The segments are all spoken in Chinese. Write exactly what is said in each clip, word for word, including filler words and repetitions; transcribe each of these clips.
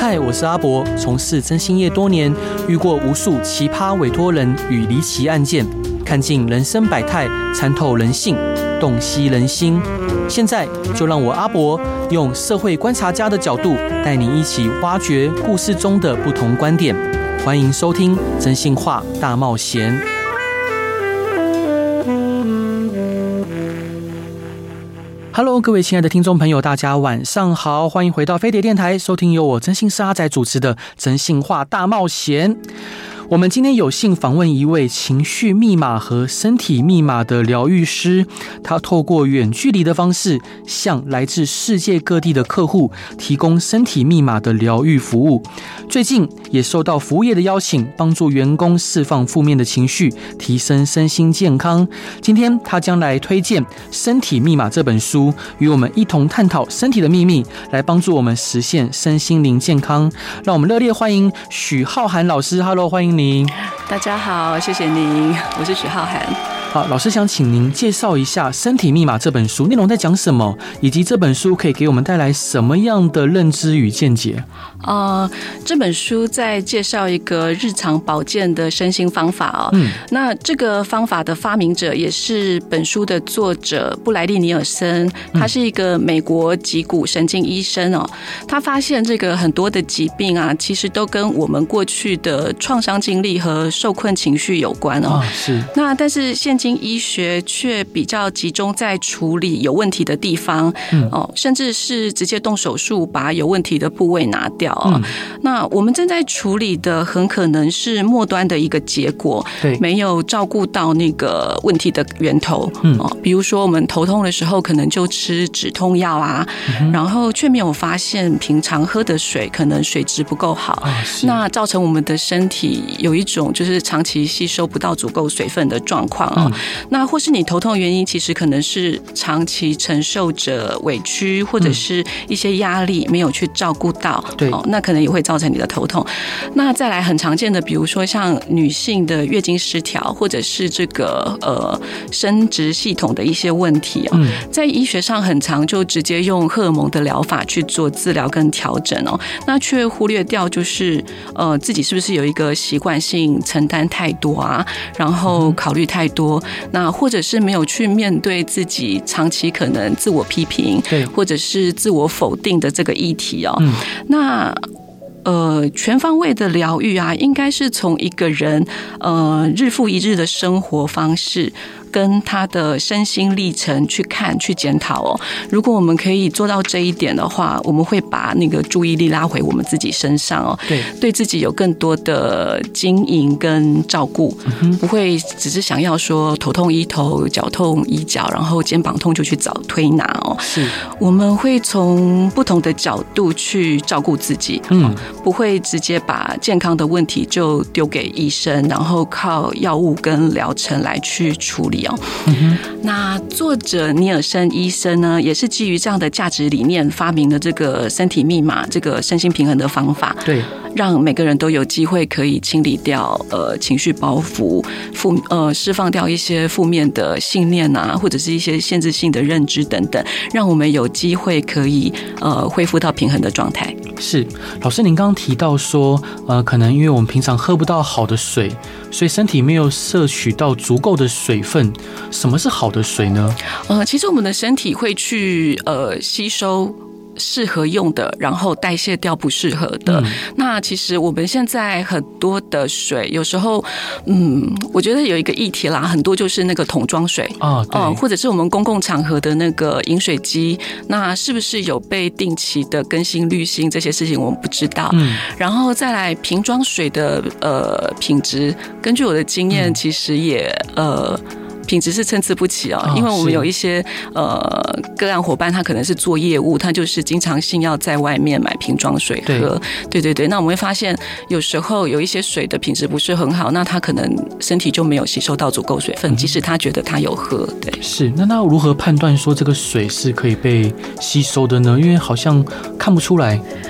嗨，我是阿伯，从事征信业多年，遇过无数奇葩委托人与离奇案件，看尽人生百态，参透人性，洞悉人心。现在就让我阿伯用社会观察家的角度，带你一起挖掘故事中的不同观点。欢迎收听《真心话大冒险》。Hello， 各位亲爱的听众朋友，大家晚上好，欢迎回到飞碟电台，收听由我真心是阿仔主持的《真心话大冒险》。我们今天有幸访问一位情绪密码和身体密码的疗愈师，他透过远距离的方式，向来自世界各地的客户提供身体密码的疗愈服务。最近也受到服务业的邀请，帮助员工释放负面的情绪，提升身心健康。今天他将来推荐《身体密码》这本书，与我们一同探讨身体的秘密，来帮助我们实现身心灵健康。让我们热烈欢迎许浩涵老师。Hello， 欢迎您。 大家好，谢谢您，我是许浩涵。 好，老师想请您介绍一下《身体密码》这本书内容在讲什么，以及这本书可以给我们带来什么样的认知与见解？ 呃，这本书在介绍一个日常保健的身心方法哦。嗯，那这个方法的发明者也是本书的作者布莱利尼尔森，他是一个美国脊骨神经医生哦。他发现这个很多的疾病啊，其实都跟我们过去的创伤经历和受困情绪有关哦。 啊，是。那但是现今医学却比较集中在处理有问题的地方，嗯哦，甚至是直接动手术把有问题的部位拿掉。嗯，那我们正在处理的很可能是末端的一个结果，对，没有照顾到那个问题的源头。嗯哦，比如说我们头痛的时候，可能就吃止痛药啊，嗯、然后却没有发现平常喝的水可能水质不够好，哦、那造成我们的身体有一种就是长期吸收不到足够水分的状况哦。嗯，那或是你头痛的原因，其实可能是长期承受着委屈或者是一些压力没有去照顾到，对，哦，那可能也会造成你的头痛。那再来很常见的，比如说像女性的月经失调，或者是这个呃生殖系统的一些问题哦，在医学上很常就直接用荷尔蒙的疗法去做治疗跟调整哦，那却忽略掉就是呃自己是不是有一个习惯性承担太多啊，然后考虑太多。那或者是没有去面对自己长期可能自我批评，对，或者是自我否定的这个议题哦。嗯，那呃，全方位的疗愈啊，应该是从一个人呃日复一日的生活方式跟他的身心历程去看去检讨哦。如果我们可以做到这一点的话，我们会把那个注意力拉回我们自己身上哦，对，对自己有更多的经营跟照顾，嗯、不会只是想要说头痛医头，脚痛医脚，然后肩膀痛就去找推拿哦。是，我们会从不同的角度去照顾自己，嗯，不会直接把健康的问题就丢给医生，然后靠药物跟疗程来去处理。嗯、那作者尼尔森医生呢，也是基于这样的价值理念发明了这个身体密码，这个身心平衡的方法，对，让每个人都有机会可以清理掉呃情绪包袱，负呃释放掉一些负面的信念啊，或者是一些限制性的认知等等，让我们有机会可以呃恢复到平衡的状态。 是，老师您刚刚提到说，呃，可能因为我们平常喝不到好的水，所以身体没有摄取到足够的水分。什么是好的水呢？ 呃，其实我们的身体会去呃吸收适合用的，然后代谢掉不适合的。嗯、那其实我们现在很多的水，有时候，嗯，我觉得有一个议题啦，很多就是那个桶装水啊，对、呃，或者是我们公共场合的那个饮水机，那是不是有被定期的更新滤芯？这些事情我们不知道。嗯，然后再来瓶装水的呃品质，根据我的经验，其实也呃。品质是参差不齐哦，因为我们有一些呃个案伙伴，他可能是做业务，他就是经常性要在外面买瓶装水喝，对对对。那我们会发现，有时候有一些水的品质不是很好，那他可能身体就没有吸收到足够水分，即使他觉得他有喝，对。 是，那那如何判断说这个水是可以被吸收的呢？因为好像看不出来。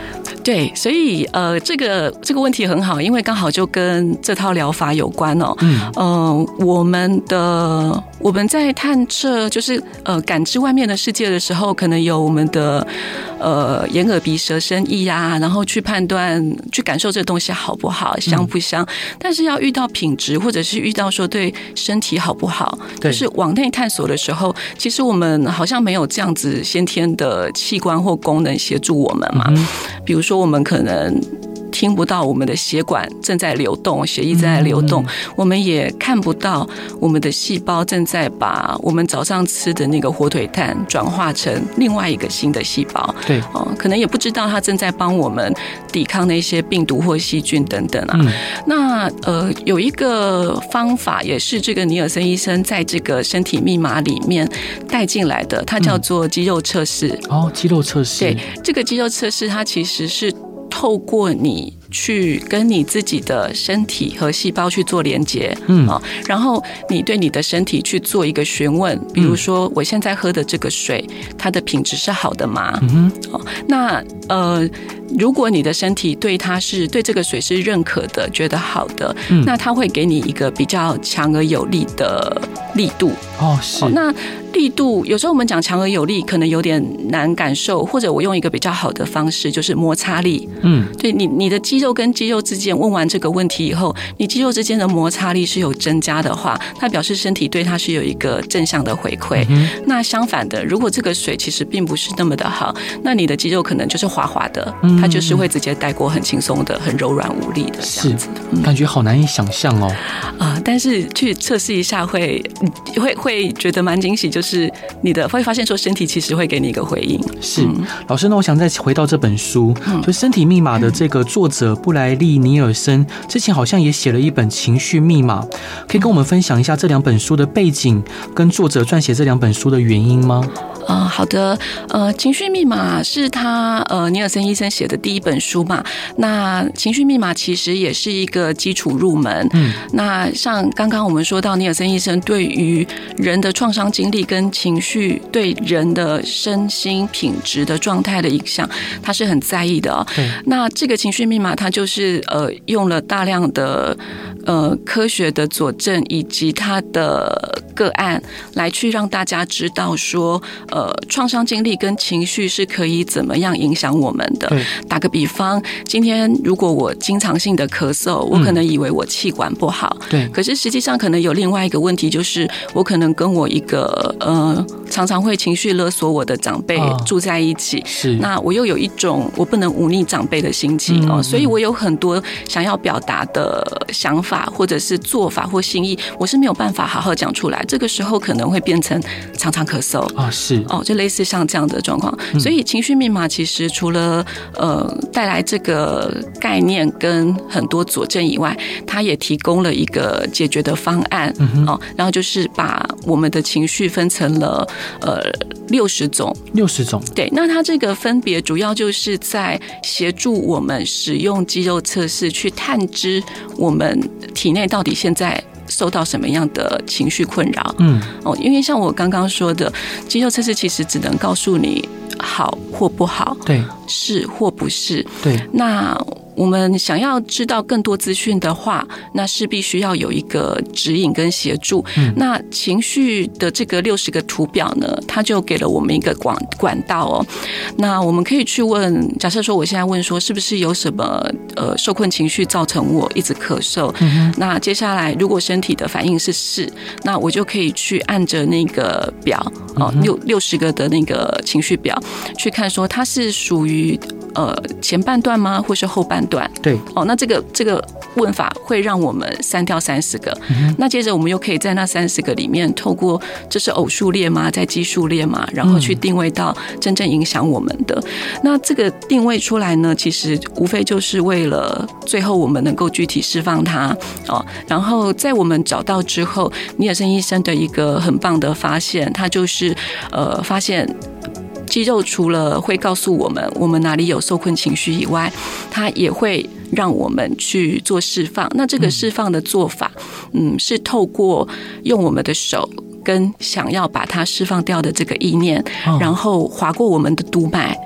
对，所以呃，这个这个问题很好，因为刚好就跟这套疗法有关哦。嗯，呃，我们的我们在探测，就是呃感知外面的世界的时候，可能有我们的呃眼耳鼻舌身意啊，然后去判断、去感受这个东西好不好、香不香。嗯、但是要遇到品质，或者是遇到说对身体好不好，就是往内探索的时候，其实我们好像没有这样子先天的器官或功能协助我们嘛。嗯、比如说，我们可能听不到我们的血管正在流动，血液正在流动，嗯、我们也看不到我们的细胞正在把我们早上吃的那个火腿蛋转化成另外一个新的细胞。 对， 哦，可能也不知道它正在帮我们抵抗那些病毒或细菌等等啊。嗯、那呃，有一个方法也是这个尼尔森医生在这个身体密码里面带进来的，它叫做肌肉测试。 嗯、哦，肌肉测试。 对，这个肌肉测试它其实是透过你去跟你自己的身体和细胞去做连接，嗯，然后你对你的身体去做一个询问，比如说我现在喝的这个水，它的品质是好的吗？嗯哼，那呃，如果你的身体对它是对这个水是认可的，觉得好的，嗯、那它会给你一个比较强而有力的力度。 哦，是。 那力度有时候我们讲强而有力，可能有点难感受，或者我用一个比较好的方式，就是摩擦力。嗯，对你你的肌肉跟肌肉之间问完这个问题以后，你肌肉之间的摩擦力是有增加的话，它表示身体对它是有一个正向的回馈。嗯、那相反的，如果这个水其实并不是那么的好，那你的肌肉可能就是滑滑的，它就是会直接带过很轻松的、很柔软无力的这样子。 嗯、感觉好难以想象哦。 啊、呃，但是去测试一下会会会觉得蛮惊喜，就是你的会发现说身体其实会给你一个回应。 是、嗯、老师，那我想再回到这本书，嗯、就《身体密码》的这个作者布莱利·尼尔森之前好像也写了一本《情绪密码》，可以跟我们分享一下这两本书的背景跟作者撰写这两本书的原因吗？ 呃，好的，呃，情绪密码是他呃尼尔森医生写的第一本书嘛。那情绪密码其实也是一个基础入门。嗯，那像刚刚我们说到尼尔森医生对于人的创伤经历跟情绪对人的身心品质的状态的影响，他是很在意的哦。嗯、那这个情绪密码，它就是呃用了大量的呃科学的佐证以及它的个案来去让大家知道说。呃，创伤经历跟情绪是可以怎么样影响我们的？打个比方，今天如果我经常性的咳嗽，我可能以为我气管不好，对、嗯，可是实际上可能有另外一个问题，就是我可能跟我一个呃常常会情绪勒索我的长辈住在一起，哦、是，那我又有一种我不能忤逆长辈的心情哦，嗯、所以我有很多想要表达的想法或者是做法或心意，我是没有办法好好讲出来，这个时候可能会变成常常咳嗽啊、哦，是。 哦，就类似像这样的状况，所以情绪密码其实除了呃带来这个概念跟很多佐证以外，它也提供了一个解决的方案。嗯、哦，然后就是把我们的情绪分成了呃六十种， 六十种。 对，那它这个分别主要就是在协助我们使用肌肉测试去探知我们体内到底现在。受到什么样的情绪困扰？嗯，哦，因为像我刚刚说的，肌肉测试其实只能告诉你好或不好，对，是或不是，对。那我们想要知道更多资讯的话，那势必需要有一个指引跟协助。嗯、那情绪的这个六十个图表呢，它就给了我们一个管管道哦。那我们可以去问，假设说我现在问说，是不是有什么呃受困情绪造成我一直咳嗽？嗯、那接下来如果身体的反应是是，那我就可以去按着那个表哦，六六十个的那个情绪表去看说它是属于呃前半段吗，或是后半段？对，哦，那这个这个问法会让我们删掉三十个，嗯、那接着我们又可以在那三十个里面，透过这是偶数列吗，在奇数列吗，然后去定位到真正影响我们的。嗯、那这个定位出来呢，其实无非就是为了最后我们能够具体释放它哦。然后在我们找到之后，尼尔森医生的一个很棒的发现，他就是呃发现。肌肉除了会告诉我们我们哪里有受困情绪以外，它也会让我们去做释放。那这个释放的做法，嗯，是透过用我们的手跟想要把它释放掉的这个意念，然后划过我们的督脉。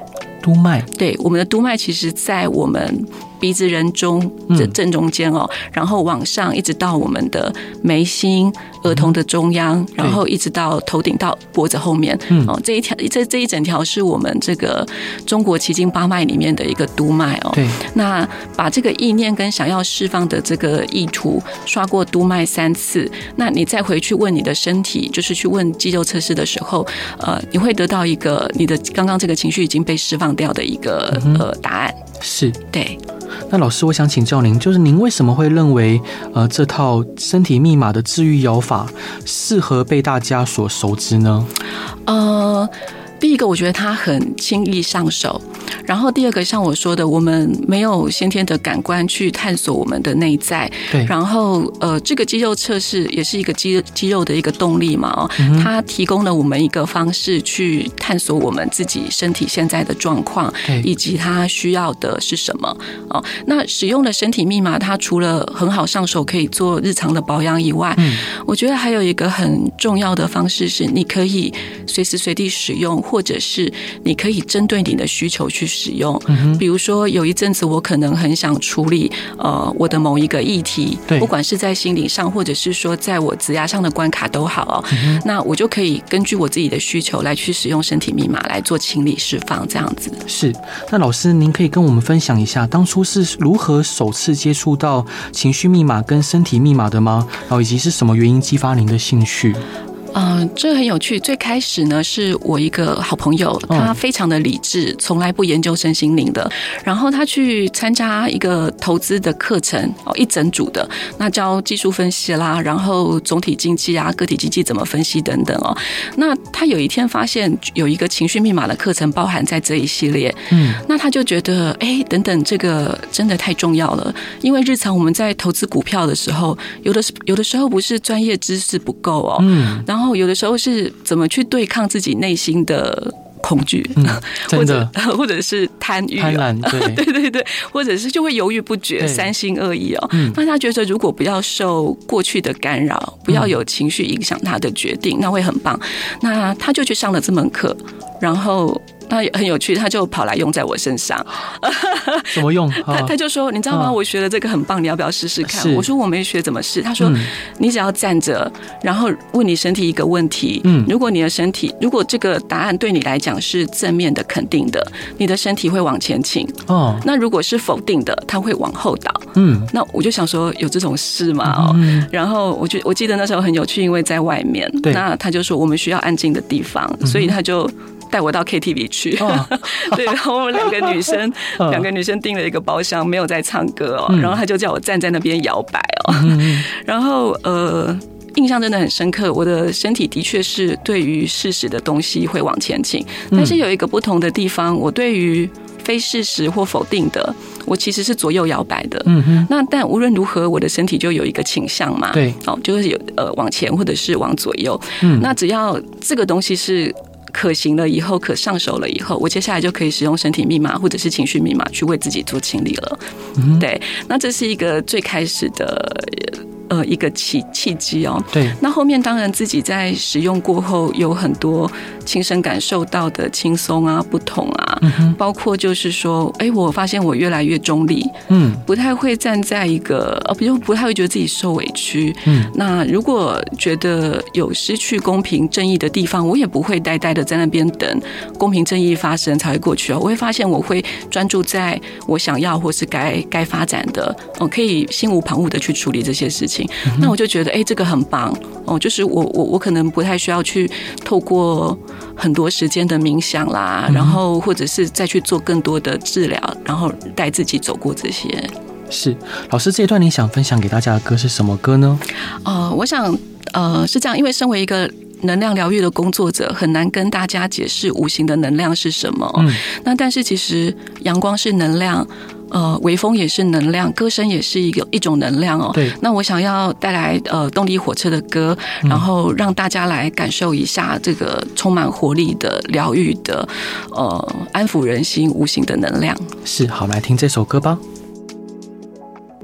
督脉， 对，我们的督脉其实在我们鼻子人中的正中间哦，嗯、然后往上一直到我们的眉心、额头的中央，嗯、然后一直到头顶到脖子后面。嗯、哦，这一条这这一整条是我们这个中国奇经八脉里面的一个督脉哦。 对， 那把这个意念跟想要释放的这个意图刷过督脉三次，那你再回去问你的身体，就是去问肌肉测试的时候，呃，你会得到一个你的刚刚这个情绪已经被释放掉的一个、嗯、呃答案。 是， 对。 那老师，我想请教您，就是您为什么会认为，呃，这套身体密码的治愈疗法适合被大家所熟知呢？呃。 第一个，我觉得它很轻易上手，然后第二个，像我说的，我们没有先天的感官去探索我们的内在， 对， 然后呃，这个肌肉测试也是一个肌肌肉的一个动力嘛，哦，嗯、它提供了我们一个方式去探索我们自己身体现在的状况，以及它需要的是什么哦。那使用的身体密码，它除了很好上手，可以做日常的保养以外，嗯、我觉得还有一个很重要的方式是，你可以随时随地使用。或者是你可以针对你的需求去使用，嗯、比如说有一阵子我可能很想处理呃我的某一个议题，不管是在心理上，或者是说在我职涯上的关卡都好，哦嗯、那我就可以根据我自己的需求来去使用身体密码来做清理释放，这样子。 是，那老师您可以跟我们分享一下，当初是如何首次接触到情绪密码跟身体密码的吗？然后以及是什么原因激发您的兴趣？ 嗯、呃，这很有趣。最开始呢，是我一个好朋友，他非常的理智，从来不研究身心灵的。然后他去参加一个投资的课程，哦，一整组的，那教技术分析啦，然后总体经济啊、个体经济怎么分析等等哦。那他有一天发现有一个情绪密码的课程包含在这一系列，嗯，那他就觉得，哎，等等，这个真的太重要了。因为日常我们在投资股票的时候，有的有的时候不是专业知识不够哦，嗯，然后。有的时候是怎么去对抗自己内心的恐惧，嗯、或者或者是贪欲、 贪婪，对对对对，或者是就会犹豫不决、三心二意哦。嗯、那他觉得如果不要受过去的干扰，不要有情绪影响他的决定，嗯、那会很棒。那他就去上了这门课，然后。那很有趣，他就跑来用在我身上。 怎么用？ 他他就说：“你知道吗？我学了这个很棒，你要不要试试看？”我说：“我没学怎么试。”他说：“嗯、你只要站着，然后问你身体一个问题。嗯，如果你的身体，如果这个答案对你来讲是正面的、肯定的，你的身体会往前倾。哦，那如果是否定的，它会往后倒。嗯，那我就想说，有这种事吗？哦，嗯、然后我就我记得那时候很有趣，因为在外面，那他就说我们需要安静的地方，嗯、所以他就。带我到 K T V 去，哦、对，然后我们两个女生，哦、两个女生订了一个包厢，没有在唱歌哦，嗯、然后他就叫我站在那边摇摆哦，嗯、然后呃，印象真的很深刻，我的身体的确是对于事实的东西会往前倾，嗯、但是有一个不同的地方，我对于非事实或否定的，我其实是左右摇摆的。嗯哼，那但无论如何，我的身体就有一个倾向嘛， 对， 哦，就是有呃往前或者是往左右，嗯，那只要这个东西是。可行了以后，可上手了以后，我接下来就可以使用身体密码或者是情绪密码去为自己做清理了。嗯、对，那这是一个最开始的呃一个契契机哦。 对， 那后面当然自己在使用过后，有很多亲身感受到的轻松啊、不同啊，嗯、包括就是说，哎，我发现我越来越中立，嗯，不太会站在一个呃，比如不太会觉得自己受委屈，嗯，那如果觉得有失去公平正义的地方，我也不会呆呆的在那边等公平正义发生才会过去哦。我会发现我会专注在我想要或是该该发展的，哦，可以心无旁骛的去处理这些事情。嗯、那我就觉得，哎，这个很棒哦，就是我我我可能不太需要去透过很多时间的冥想啦，嗯、然后或者是再去做更多的治疗，然后带自己走过这些。 是，老师这一段你想分享给大家的歌是什么歌呢？ 呃，我想呃是这样，因为身为一个能量疗愈的工作者，很难跟大家解释无形的能量是什么。嗯，那但是其实阳光是能量。呃，微风也是能量，歌声也是一个一种能量哦。 对， 那我想要带来呃动力火车的歌，然后让大家来感受一下这个充满活力的、疗愈的、呃安抚人心无形的能量。 是，好，来听这首歌吧。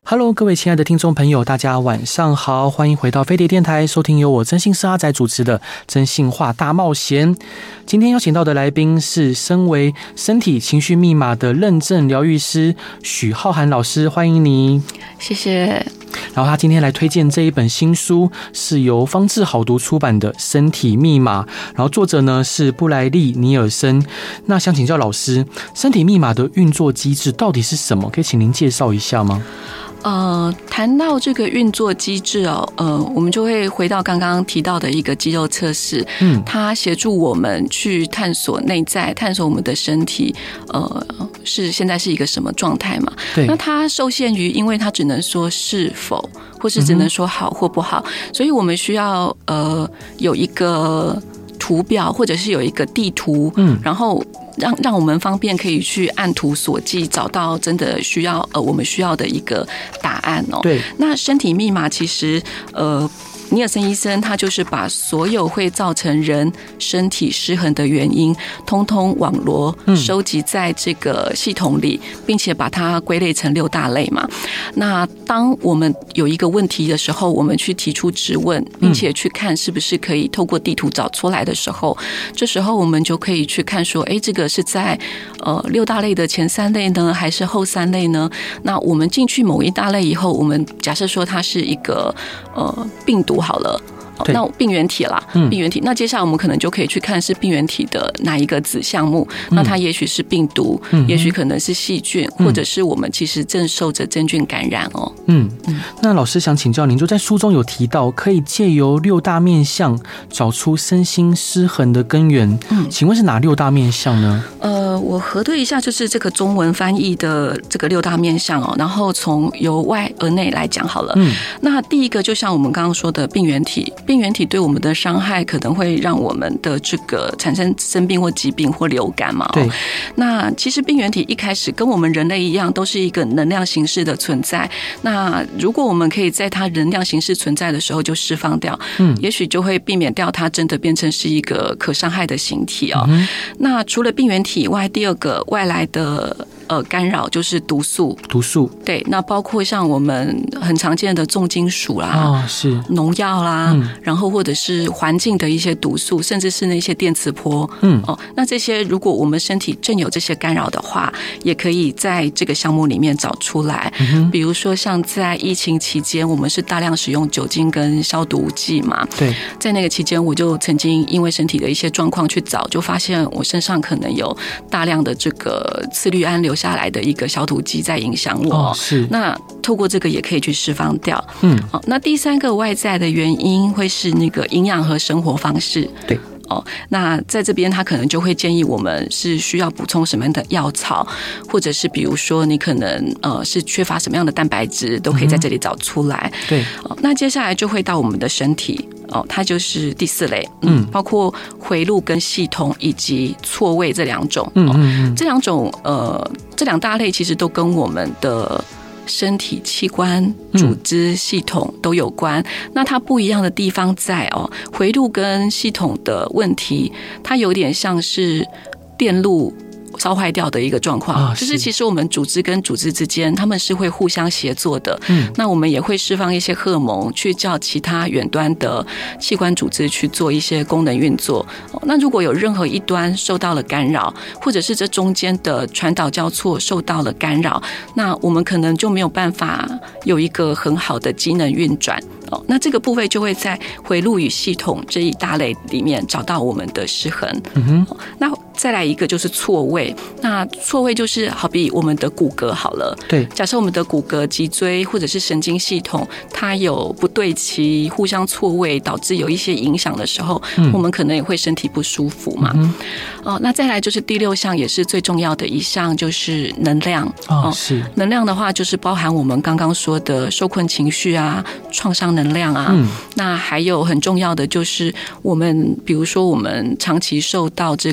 Hello， 各位亲爱的听众朋友，大家晚上好，欢迎回到飞碟电台，收听由我真心是阿仔主持的真心话大冒险。今天邀请到的来宾是身为身体情绪密码的认证疗愈师许浩涵老师，欢迎你。 谢谢。 然后他今天来推荐这一本新书，是由方智好读出版的《身体密码》，然后作者呢是布莱利·尼尔森。那想请教老师，身体密码的运作机制到底是什么？可以请您介绍一下吗？ 呃，谈到这个运作机制哦，呃，我们就会回到刚刚提到的一个肌肉测试，嗯，它协助我们去探索内在，探索我们的身体，呃，是现在是一个什么状态嘛？ 对。 那它受限于，因为它只能说是否，或是只能说好或不好，嗯、所以我们需要呃有一个图表，或者是有一个地图，嗯，然后。让让我们方便可以去按图索骥，找到真的需要呃我们需要的一个答案哦。 对， 那身体密码其实呃。尼尔森医生他就是把所有会造成人身体失衡的原因通通网罗收集在这个系统里，并且把它归类成六大类嘛。那当我们有一个问题的时候，我们去提出质问，并且去看是不是可以透过地图找出来的时候，这时候我们就可以去看说，哎，这个是在呃六大类的前三类呢，还是后三类呢？那我们进去某一大类以后，我们假设说它是一个呃病毒好了。那病原体啦，病原体。那接下来我们可能就可以去看是病原体的哪一个子项目。那它也许是病毒，也许可能是细菌，或者是我们其实正受着真菌感染哦。 嗯，那老师想请教您，就在书中有提到，可以借由六大面向找出身心失衡的根源。嗯，请问是哪六大面向呢？ 呃，我核对一下，就是这个中文翻译的这个六大面向哦，然后从由外而内来讲好了。嗯，那第一个就像我们刚刚说的病原体。病原体对我们的伤害可能会让我们的这个产生生病或疾病或流感嘛？ 对。 那其实病原体一开始跟我们人类一样，都是一个能量形式的存在。那如果我们可以在它能量形式存在的时候就释放掉，嗯，也许就会避免掉它真的变成是一个可伤害的形体哦。嗯、那除了病原体以外，第二个外来的。呃，干扰就是毒素， 毒素对，那包括像我们很常见的重金属啦， 哦，是农药啦，嗯、然后或者是环境的一些毒素，甚至是那些电磁波，嗯，哦，那这些如果我们身体正有这些干扰的话，也可以在这个项目里面找出来。嗯、比如说像在疫情期间，我们是大量使用酒精跟消毒剂嘛， 对， 在那个期间，我就曾经因为身体的一些状况去找，就发现我身上可能有大量的这个次氯胺流下来的一个消毒剂在影响我， 哦、是那透过这个也可以去释放掉。嗯，好，那第三个外在的原因会是那个营养和生活方式， 对。 哦，那在这边他可能就会建议我们是需要补充什么样的药草，或者是比如说你可能呃是缺乏什么样的蛋白质，都可以在这里找出来。 嗯、对、 哦，那接下来就会到我们的身体。哦，它就是第四类，嗯，包括回路跟系统以及错位这两种，嗯嗯嗯，这两种呃，这两大类其实都跟我们的身体器官、组织、系统都有关。嗯、那它不一样的地方在哦，回路跟系统的问题，它有点像是电路烧坏掉的一个状况，哦、就是其实我们组织跟组织之间，他们是会互相协作的。嗯，那我们也会释放一些荷尔蒙，去叫其他远端的器官组织去做一些功能运作。那如果有任何一端受到了干扰，或者是这中间的传导交错受到了干扰，那我们可能就没有办法有一个很好的机能运转。哦，那这个部分就会在回路与系统这一大类里面找到我们的失衡。嗯哼，哦、那再来一个就是错位。那错位就是好比我们的骨骼好了， 对， 假设我们的骨骼、脊椎或者是神经系统，它有不对齐、互相错位，导致有一些影响的时候，嗯、我们可能也会身体不舒服嘛。嗯、哦，那再来就是第六项，也是最重要的一项，就是能量。 哦，是能量的话，就是包含我们刚刚说的受困情绪啊、创伤能量啊。嗯、那还有很重要的就是我们，比如说我们长期受到这个原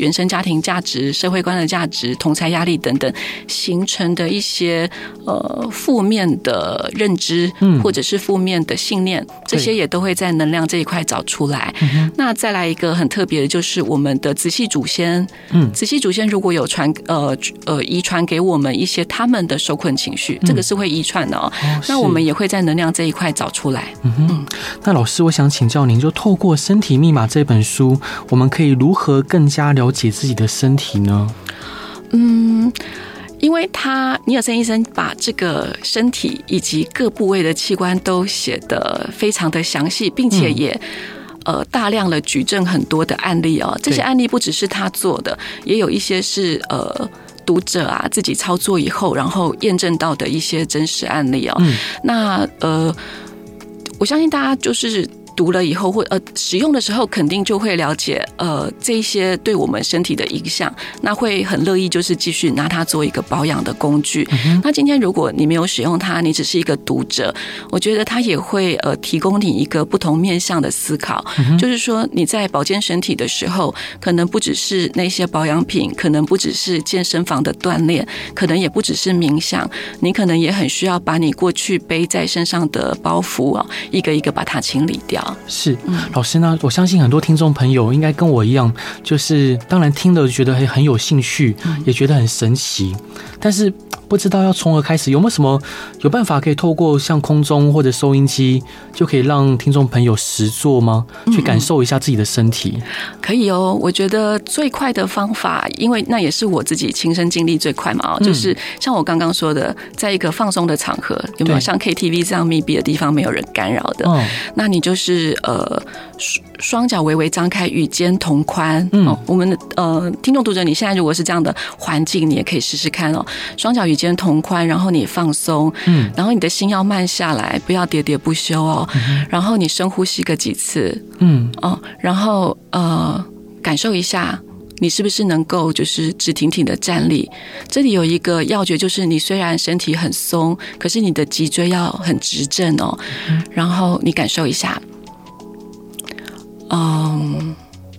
原生家庭价值、社会观的价值、同侪压力等等形成的一些呃负面的认知，或者是负面的信念，这些也都会在能量这一块找出来。那再来一个很特别的，就是我们的直系祖先，嗯，直系祖先如果有传呃呃遗传给我们一些他们的受困情绪，这个是会遗传的哦。哦那我们也会在能量这一块找出来。 嗯哼，那老师，我想请教您，就透过《身体密码》这本书，我们可以如何更加了解自己的身体呢？ 嗯。因为他尼尔森医生把这个身体以及各部位的器官都写得非常的详细，并且也呃大量的举证很多的案例哦。这些案例不只是他做的，也有一些是呃读者啊自己操作以后，然后验证到的一些真实案例哦。嗯、那呃，我相信大家就是读了以后或呃使用的时候，肯定就会了解呃这一些对我们身体的影响，那会很乐意就是继续拿它做一个保养的工具。嗯、那今天如果你没有使用它，你只是一个读者，我觉得它也会呃提供你一个不同面向的思考，嗯、就是说你在保健身体的时候，可能不只是那些保养品，可能不只是健身房的锻炼，可能也不只是冥想，你可能也很需要把你过去背在身上的包袱啊，一个一个把它清理掉。 是，老师呢？我相信很多听众朋友应该跟我一样，就是当然听了觉得很有兴趣，也觉得很神奇，但是不知道要从何开始，有没有什么有办法可以透过像空中或者收音机，就可以让听众朋友实作吗？去感受一下自己的身体？嗯、 可以哦，我觉得最快的方法，因为那也是我自己亲身经历最快嘛，嗯、就是像我刚刚说的，在一个放松的场合，有没有像 K T V 这样密闭的地方，没有人干扰的？哦、那你就是呃双脚微微张开，与肩同宽。嗯，哦、我们呃听众读者，你现在如果是这样的环境，你也可以试试看哦，双脚与肩同宽，然后你放松，嗯，然后你的心要慢下来，不要喋喋不休哦，嗯、然后你深呼吸个几次，嗯，哦，然后呃感受一下。你是不是能够就是直挺挺的站立？这里有一个要诀，就是你虽然身体很松，可是你的脊椎要很直正哦。嗯、然后你感受一下，嗯，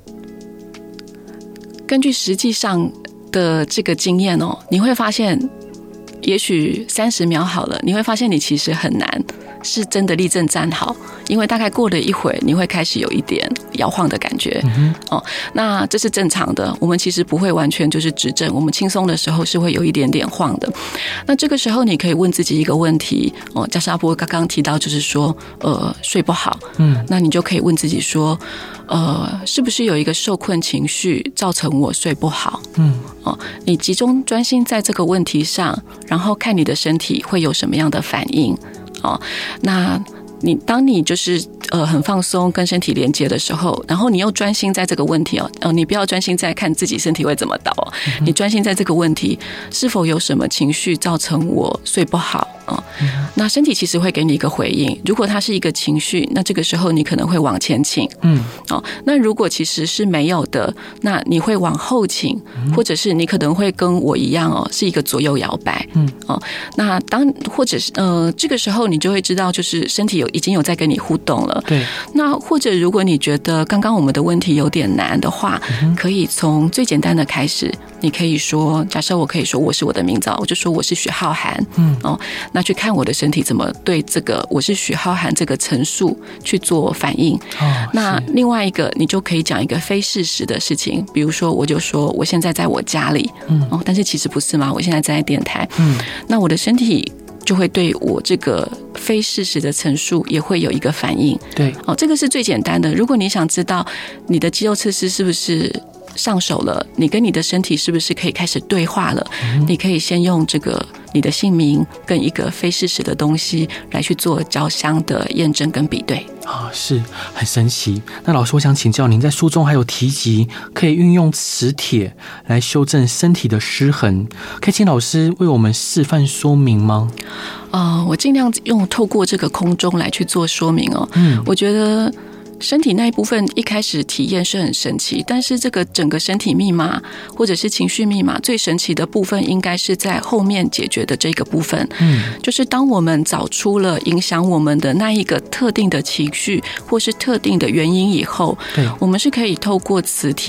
根据实际上的这个经验哦，你会发现，也许三十秒好了，你会发现你其实很难是真的立正站好，因为大概过了一会，你会开始有一点摇晃的感觉。嗯、哦，那这是正常的。我们其实不会完全就是直正，我们轻松的时候是会有一点点晃的。那这个时候你可以问自己一个问题哦，加沙波刚刚提到就是说，呃，睡不好，嗯，那你就可以问自己说，呃，是不是有一个受困情绪造成我睡不好？嗯，哦，你集中专心在这个问题上，然后看你的身体会有什么样的反应。哦，那你当你就是呃很放松跟身体连接的时候，然后你又专心在这个问题哦，呃，你不要专心在看自己身体会怎么倒哦，嗯、你专心在这个问题是否有什么情绪造成我睡不好哦。嗯、那身体其实会给你一个回应，如果它是一个情绪，那这个时候你可能会往前倾，嗯，哦，那如果其实是没有的，那你会往后倾，嗯、或者是你可能会跟我一样哦，是一个左右摇摆，嗯，哦，那当或者是呃这个时候你就会知道，就是身体有已经有在跟你互动了， 对。 那或者如果你觉得刚刚我们的问题有点难的话，嗯、可以从最简单的开始，你可以说，假设我可以说我是我的名字，我就说我是许浩涵，嗯，哦，那去看我的身体怎么对这个我是许浩涵这个陈述去做反应。哦，那另外一个你就可以讲一个非事实的事情，比如说我就说我现在在我家里，嗯，哦，但是其实不是嘛，我现在在电台，嗯，那我的身体就会对我这个非事实的陈述也会有一个反应。 对， 哦，这个是最简单的。如果你想知道你的肌肉测试是不是上手了，你跟你的身体是不是可以开始对话了，嗯、你可以先用这个你的姓名跟一个非事实的东西来去做交相的验证跟比对。 啊、哦，是很神奇。那老师，我想请教您，在书中还有提及可以运用磁铁来修正身体的失衡，可以请老师为我们示范说明吗？ 呃，我尽量用透过这个空中来去做说明哦。嗯，我觉得身体那一部分一开始体验是很神奇，但是这个整个身体密码或者是情绪密码最神奇的部分应该是在后面解决的这个部分。嗯，就是当我们找出了影响我们的那一个特定的情绪或是特定的原因以后，对，我们是可以透过磁铁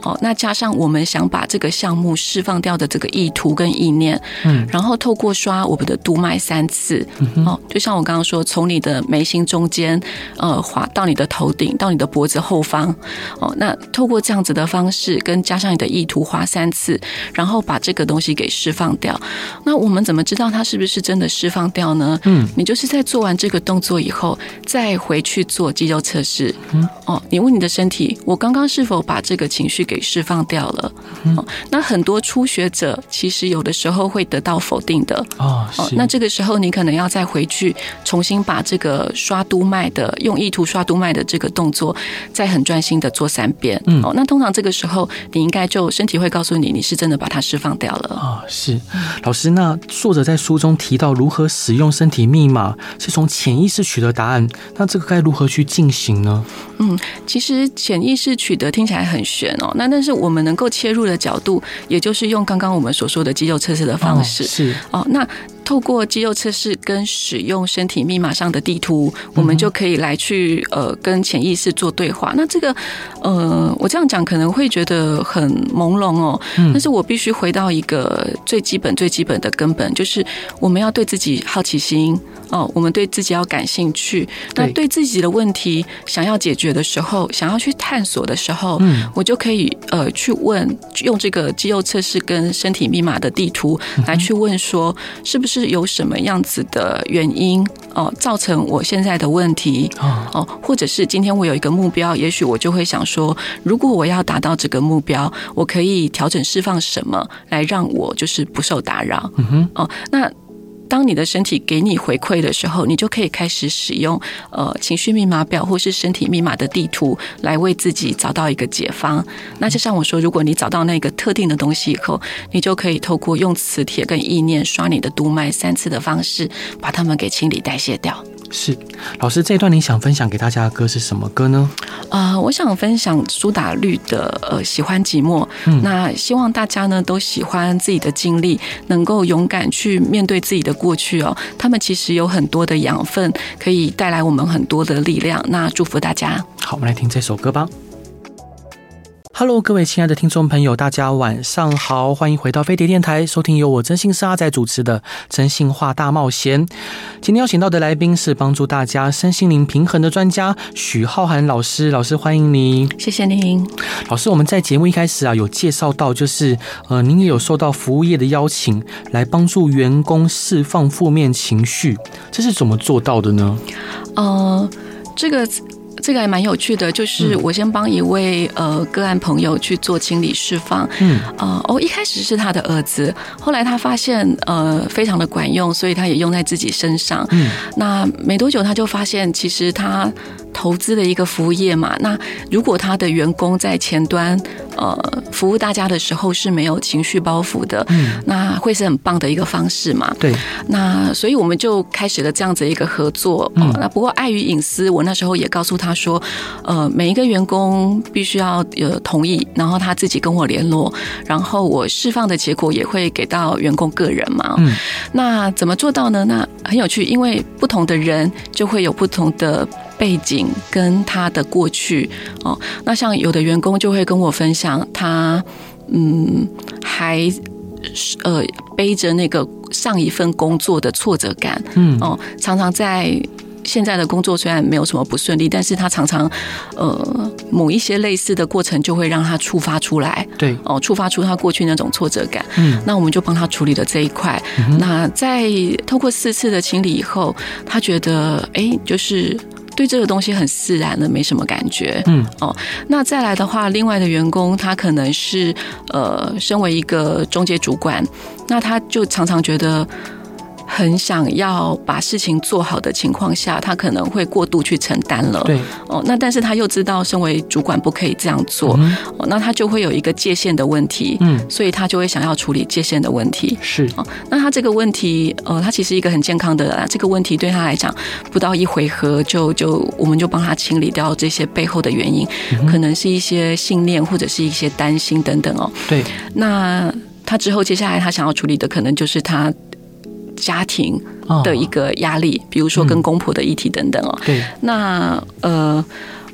哦，那加上我们想把这个项目释放掉的这个意图跟意念，嗯，然后透过刷我们的督脉三次，嗯、哦，就像我刚刚说，从你的眉心中间，呃，滑到你的头顶，到你的脖子后方，哦，那透过这样子的方式，跟加上你的意图滑三次，然后把这个东西给释放掉。那我们怎么知道它是不是真的释放掉呢？嗯，你就是在做完这个动作以后，再回去做肌肉测试。嗯，哦，你问你的身体，我刚刚是否把这个情绪给释放掉了？嗯、哦，那很多初学者其实有的时候会得到否定的。 哦， 哦，那这个时候你可能要再回去重新把这个刷督脉的用意图刷督脉的这个动作，再很专心的做三遍。嗯，哦，那通常这个时候你应该就身体会告诉你，你是真的把它释放掉了。 哦，是。老师，那作者在书中提到如何使用身体密码，是从潜意识取得答案，那这个该如何去进行呢？ 嗯，其实潜意识取得听起来很玄哦，那但是我们能够切入的角度，也就是用刚刚我们所说的肌肉测试的方式。 哦，是哦，那透过肌肉测试跟使用身体密码上的地图，我们就可以来去呃跟潜意识做对话。那这个呃，我这样讲可能会觉得很朦胧哦，但是我必须回到一个最基本最基本的根本，就是我们要对自己好奇心哦，我们对自己要感兴趣。那对自己的问题想要解决的时候，想要去探索的时候，嗯，我就可以呃去问，用这个肌肉测试跟身体密码的地图来去问说，是不是是有什么样子的原因哦，造成我现在的问题哦，或者是今天我有一个目标，也许我就会想说，如果我要达到这个目标，我可以调整释放什么来让我就是不受打扰。嗯哼，哦，那当你的身体给你回馈的时候，你就可以开始使用呃情绪密码表或是身体密码的地图来为自己找到一个解方。那就像我说，如果你找到那个特定的东西以后，你就可以透过用磁铁跟意念刷你的督脉三次的方式，把它们给清理代谢掉。 是，老师，这一段你想分享给大家的歌是什么歌呢？ 呃，我想分享苏打绿的呃《喜欢寂寞》。嗯，那希望大家呢都喜欢自己的经历，能够勇敢去面对自己的过去哦。他们其实有很多的养分，可以带来我们很多的力量。那祝福大家。 好，我们来听这首歌吧。Hello， 各位亲爱的听众朋友，大家晚上好，欢迎回到飞碟电台，收听由我真心是阿仔主持的真心话大冒险。今天邀请到的来宾是帮助大家身心灵平衡的专家许浩涵老师，老师欢迎您。 谢谢您。 老师，我们在节目一开始啊有介绍到，就是呃，您也有受到服务业的邀请，来帮助员工释放负面情绪，这是怎么做到的呢？ 呃，这个。这个还蛮有趣的，就是我先帮一位呃个案朋友去做清理释放，嗯，呃，哦，一开始是他的儿子，后来他发现呃非常的管用，所以他也用在自己身上，嗯，那没多久他就发现，其实他投资了一个服务业嘛，那如果他的员工在前端呃服务大家的时候是没有情绪包袱的，嗯，那会是很棒的一个方式嘛， 对， 那所以我们就开始了这样子一个合作，嗯，那不过碍于隐私，我那时候也告诉他说，呃，每一个员工必须要呃同意，然后他自己跟我联络，然后我释放的结果也会给到员工个人嘛。嗯，那怎么做到呢？那很有趣，因为不同的人就会有不同的背景跟他的过去哦。那像有的员工就会跟我分享，他嗯还呃背着那个上一份工作的挫折感，嗯哦，常常在。现在的工作虽然没有什么不顺利，但是他常常呃某一些类似的过程就会让他触发出来， 对哦，触发出他过去那种挫折感。嗯，那我们就帮他处理了这一块。嗯、那在透过四次的清理以后，他觉得哎，就是对这个东西很自然了，没什么感觉。嗯，哦，那再来的话，另外的员工他可能是呃，身为一个中介主管，那他就常常觉得。很想要把事情做好的情况下，他可能会过度去承担了。 对， 哦，那但是他又知道身为主管不可以这样做，嗯哦、那他就会有一个界限的问题，嗯，所以他就会想要处理界限的问题。 是， 哦，那他这个问题，呃，他其实一个很健康的这个问题，对他来讲，不到一回合就就我们就帮他清理掉这些背后的原因，嗯、可能是一些信念或者是一些担心等等哦。 对， 那他之后接下来他想要处理的，可能就是他。家庭的一个压力，比如说跟公婆的议题等等哦。 对， 那呃，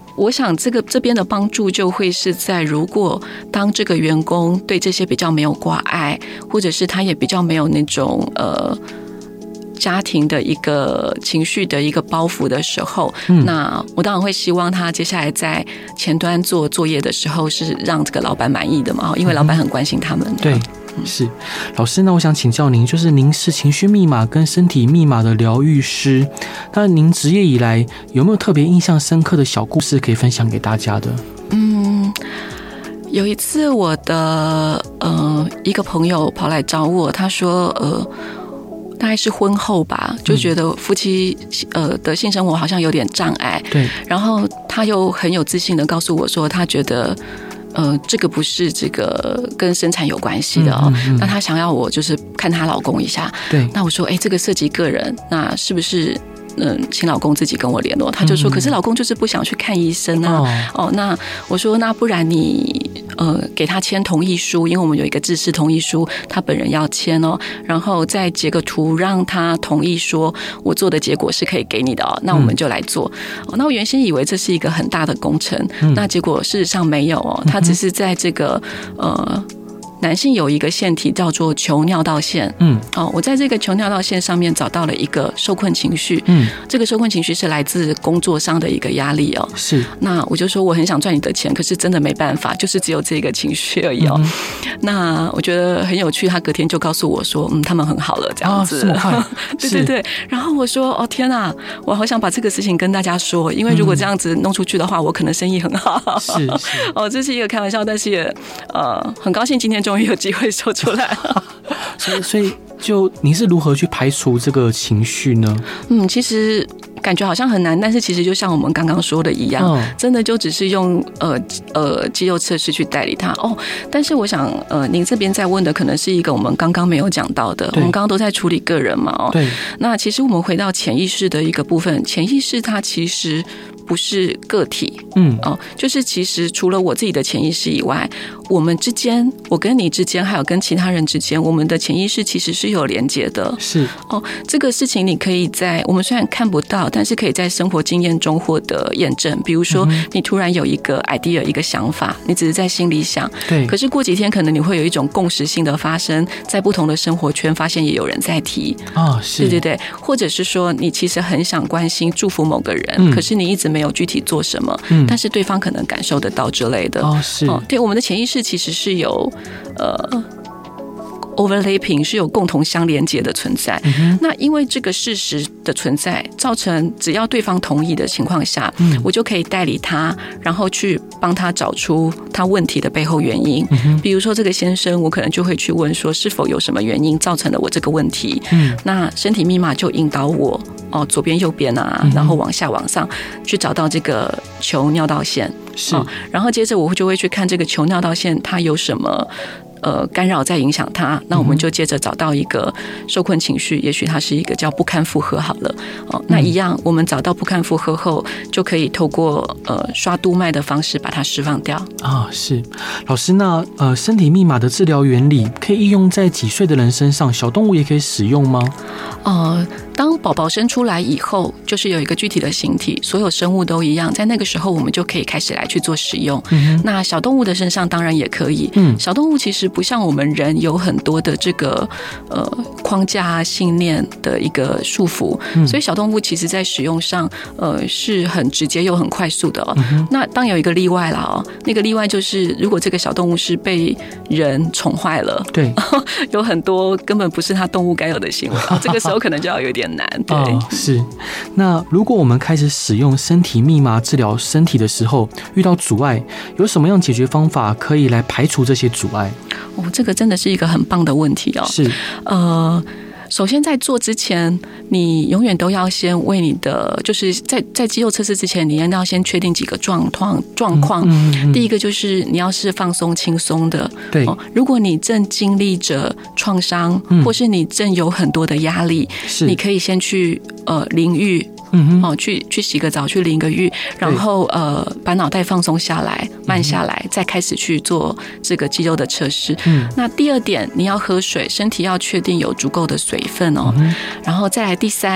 我想这个这边的帮助就会是在，如果当这个员工对这些比较没有挂碍，或者是他也比较没有那种呃家庭的一个情绪的一个包袱的时候，嗯、那我当然会希望他接下来在前端做作业的时候是让这个老板满意的嘛，因为老板很关心他们。 嗯、对。是，老师，那我想请教您，就是您是情绪密码跟身体密码的疗愈师，那您职业以来有没有特别印象深刻的小故事可以分享给大家的？ 嗯，有一次我的呃一个朋友跑来找我，他说呃。大概是婚后吧，就觉得夫妻呃的性生活好像有点障碍。 对， 然后他又很有自信的告诉我说，他觉得呃这个不是这个跟生产有关系的哦。嗯嗯嗯，那他想要我就是看她老公一下。 对， 那我说，哎，这个涉及个人，那是不是？嗯，请老公自己跟我联络，他就说，可是老公就是不想去看医生啊。哦，哦那我说，那不然你呃给他签同意书，因为我们有一个制式同意书，他本人要签哦，然后再截个图让他同意说我做的结果是可以给你的哦，那我们就来做。哦，那我原先以为这是一个很大的工程，嗯、那结果事实上没有哦，他只是在这个呃。男性有一个腺体叫做球尿道腺，嗯，哦，我在这个球尿道腺上面找到了一个受困情绪，嗯，这个受困情绪是来自工作上的一个压力哦， 是， 那我就说我很想赚你的钱，可是真的没办法，就是只有这个情绪而已哦。嗯、那我觉得很有趣，他隔天就告诉我说，嗯，他们很好了，这样子， 哦、 对对对。然后我说，哦天哪，我好想把这个事情跟大家说，因为如果这样子弄出去的话，我可能生意很好。 是是， 哦，这是一个开玩笑，但是也呃很高兴今天就。终于有机会说出来了， 所以，所以就你是如何去排除这个情绪呢？ 嗯，其实感觉好像很难，但是其实就像我们刚刚说的一样，哦、真的就只是用呃呃肌肉测试去代理它哦。但是我想，呃，您这边在问的可能是一个我们刚刚没有讲到的，我们刚刚都在处理个人嘛，哦， 对。 那其实我们回到潜意识的一个部分，潜意识它其实不是个体，嗯，哦，就是其实除了我自己的潜意识以外，我们之间，我跟你之间，还有跟其他人之间，我们的潜意识其实是有连结的。 是哦，这个事情你可以在我们虽然看不到，但是可以在生活经验中获得验证。比如说，你突然有一个 idea， 一个想法，你只是在心里想， 对， 可是过几天可能你会有一种共识性的发生，在不同的生活圈，发现也有人在提啊、哦，是， 对对对，或者是说你其实很想关心、祝福某个人，嗯、可是你一直没有具体做什么，嗯、但是对方可能感受得到之类的。 哦，是，哦， 对，我们的潜意识其实是有呃。overlapping 是有共同相连接的存在，嗯、那因为这个事实的存在，造成只要对方同意的情况下，嗯、我就可以代理他，然后去帮他找出他问题的背后原因。嗯、比如说这个先生，我可能就会去问说，是否有什么原因造成了我这个问题？嗯、那身体密码就引导我哦，左边右边啊，然后往下往上去找到这个球尿道腺， 是， 哦，然后接着我就会去看这个球尿道腺它有什么。呃，干扰在影响他，那我们就接着找到一个受困情绪，也许它是一个叫不堪负荷好了哦。那一样，我们找到不堪负荷后，就可以透过呃刷督脉的方式把它释放掉啊。是，老师，那呃身体密码的治疗原理可以应用在几岁的人身上？小动物也可以使用吗？ 呃，当宝宝生出来以后，就是有一个具体的形体，所有生物都一样，在那个时候我们就可以开始来去做使用。嗯、那小动物的身上当然也可以。嗯，小动物其实不像我们人有很多的这个呃框架信念的一个束缚，嗯、所以小动物其实在使用上呃是很直接又很快速的哦。嗯、那当有一个例外啦哦，那个例外就是如果这个小动物是被人宠坏了， 对， 有很多根本不是它动物该有的行为，哦，这个时候可能就要有点难。对， 哦，是。那如果我们开始使用身体密码治疗身体的时候，遇到阻碍，有什么样解决方法可以来排除这些阻碍？ 哦，这个真的是一个很棒的问题哦。 是， 呃。首先，在做之前，你永远都要先为你的，就是在在肌肉测试之前，你要先确定几个状况状况。嗯嗯嗯、第一个就是你要是放松轻松的， 对、 哦。如果你正经历着创伤，嗯、或是你正有很多的压力， 是你可以先去呃淋浴。 嗯哦，去去洗个澡，去淋个浴，然后呃，把脑袋放松下来，慢下来，嗯、再开始去做这个肌肉的测试。嗯，那第二点，你要喝水，身体要确定有足够的水分哦。嗯、然后再来第三，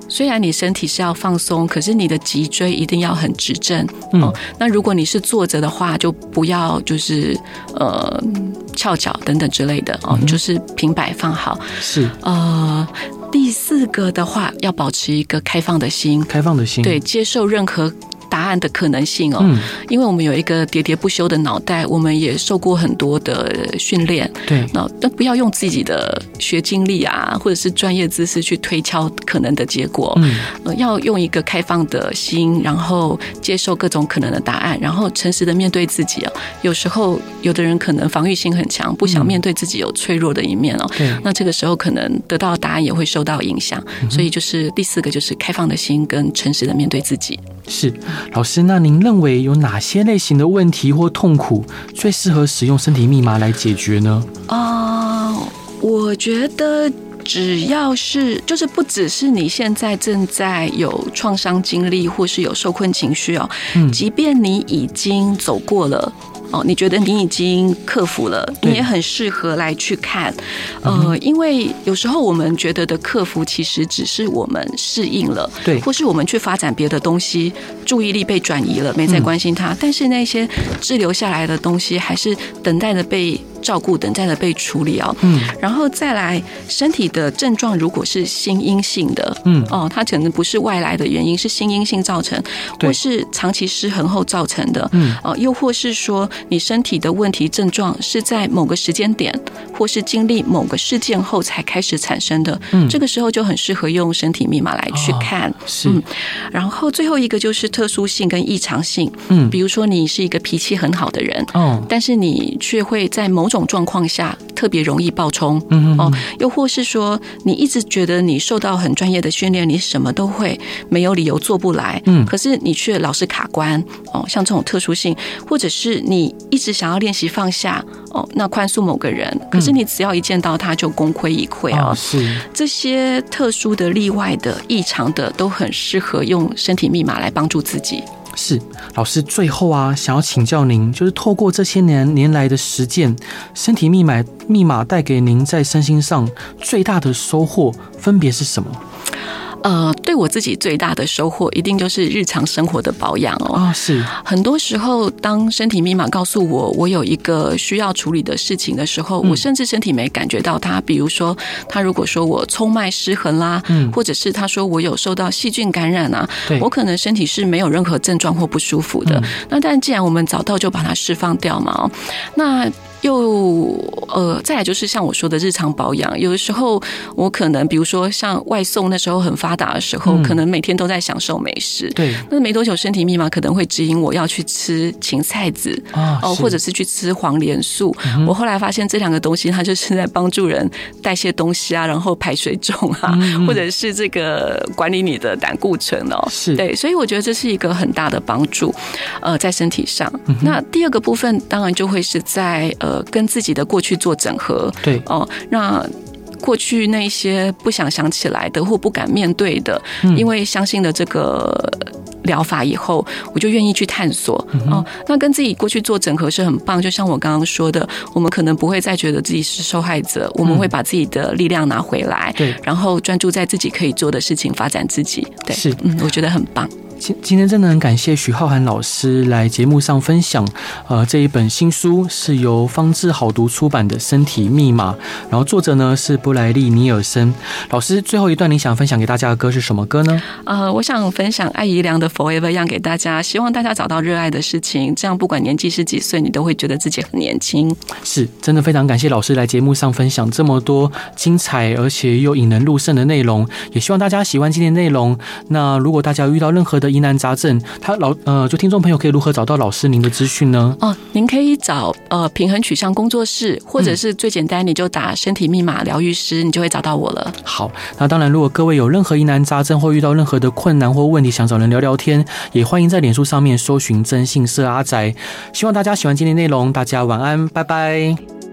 虽然你身体是要放松，可是你的脊椎一定要很直正。嗯，哦、那如果你是坐着的话，就不要就是呃翘脚等等之类的哦，嗯、就是平摆放好。 是呃。第四个的话，要保持一个开放的心， 开放的心， 对，接受任何答案的可能性哦，嗯，因为我们有一个喋喋不休的脑袋，我们也受过很多的训练， 对， 那但不要用自己的学经历啊，或者是专业知识去推敲可能的结果，嗯，呃，要用一个开放的心，然后接受各种可能的答案，然后诚实的面对自己啊。有时候有的人可能防御心很强，不想面对自己有脆弱的一面哦，对，那这个时候可能得到的答案也会受到影响，嗯，所以就是第四个就是开放的心跟诚实的面对自己。 是，老师，那您认为有哪些类型的问题或痛苦最适合使用身体密码来解决呢？ 啊、呃，我觉得只要是就是不只是你现在正在有创伤经历或是有受困情绪哦，嗯，即便你已经走过了。哦，你觉得你已经克服了，你也很适合来去看，呃，因为有时候我们觉得的克服，其实只是我们适应了，对，或是我们去发展别的东西，注意力被转移了，没再关心它，嗯，但是那些滞留下来的东西，还是等待着被照顾，等待着被处理哦。嗯，然后再来，身体的症状如果是心因性的，嗯，哦，它可能不是外来的原因，是心因性造成，或是长期失衡后造成的，嗯，哦，又或是说你身体的问题症状是在某个时间点，或是经历某个事件后才开始产生的，嗯，这个时候就很适合用身体密码来去看，哦，是，嗯。然后最后一个就是特殊性跟异常性，嗯，比如说你是一个脾气很好的人，哦，但是你却会在某种状况下特别容易爆冲，嗯，哦，又或是说你一直觉得你受到很专业的训练，你什么都会，没有理由做不来，嗯，可是你却老是卡关，哦，像这种特殊性，或者是你一直想要练习放下，哦，那宽恕某个人，可是你只要一见到他就功亏一篑啊，哦，是这些特殊的、例外的、异常的，都很适合用身体密码来帮助自己。 是，老师，最后啊，想要请教您，就是透过这些年年来的实践，身体密码密码带给您在身心上最大的收获分别是什么？ 呃，对我自己最大的收获，一定就是日常生活的保养哦。啊，是。很多时候，当身体密码告诉我我有一个需要处理的事情的时候，嗯，我甚至身体没感觉到它。比如说，他如果说我冲脉失衡啦，嗯，或者是他说我有受到细菌感染啊，我可能身体是没有任何症状或不舒服的。嗯，那但既然我们早到，就把它释放掉嘛。那又呃，再来就是像我说的日常保养，有的时候我可能比如说像外送那时候很发达的时候，嗯，可能每天都在享受美食，对，那没多久身体密码可能会指引我要去吃芹菜籽哦，呃，或者是去吃黄连素，嗯，我后来发现这两个东西它就是在帮助人代谢东西啊，然后排水肿啊，嗯，或者是这个管理你的胆固醇哦，是对，所以我觉得这是一个很大的帮助，呃，在身体上，嗯。那第二个部分当然就会是在呃。跟自己的过去做整合，对哦，那过去那些不想想起来的或不敢面对的，嗯，因为相信了这个疗法以后，我就愿意去探索，嗯，哦。那跟自己过去做整合是很棒，就像我刚刚说的，我们可能不会再觉得自己是受害者，我们会把自己的力量拿回来，对，然后专注在自己可以做的事情，发展自己，对，是，嗯，我觉得很棒。 今今天真的很感谢许浩涵老师来节目上分享，呃，这一本新书是由方志好读出版的《身体密码》，然后作者呢是布莱利尼尔森老师。最后一段你想分享给大家的歌是什么歌呢？ 呃，我想分享艾怡良的 Forever Young 给大家，希望大家找到热爱的事情，这样不管年纪是几岁，你都会觉得自己很年轻。 是，真的非常感谢老师来节目上分享这么多精彩而且又引人入胜的内容，也希望大家喜欢今天的内容。那如果大家遇到任何的疑难杂症，他老呃，就听众朋友可以如何找到老师您的资讯呢？ 哦，您可以找呃平衡取向工作室，或者是最简单，你就打身体密码疗愈师，你就会找到我了。 好，那当然，如果各位有任何疑难杂症或遇到任何的困难或问题，想找人聊聊天，也欢迎在脸书上面搜寻真性色阿宅。希望大家喜欢今天的内容，大家晚安，拜拜。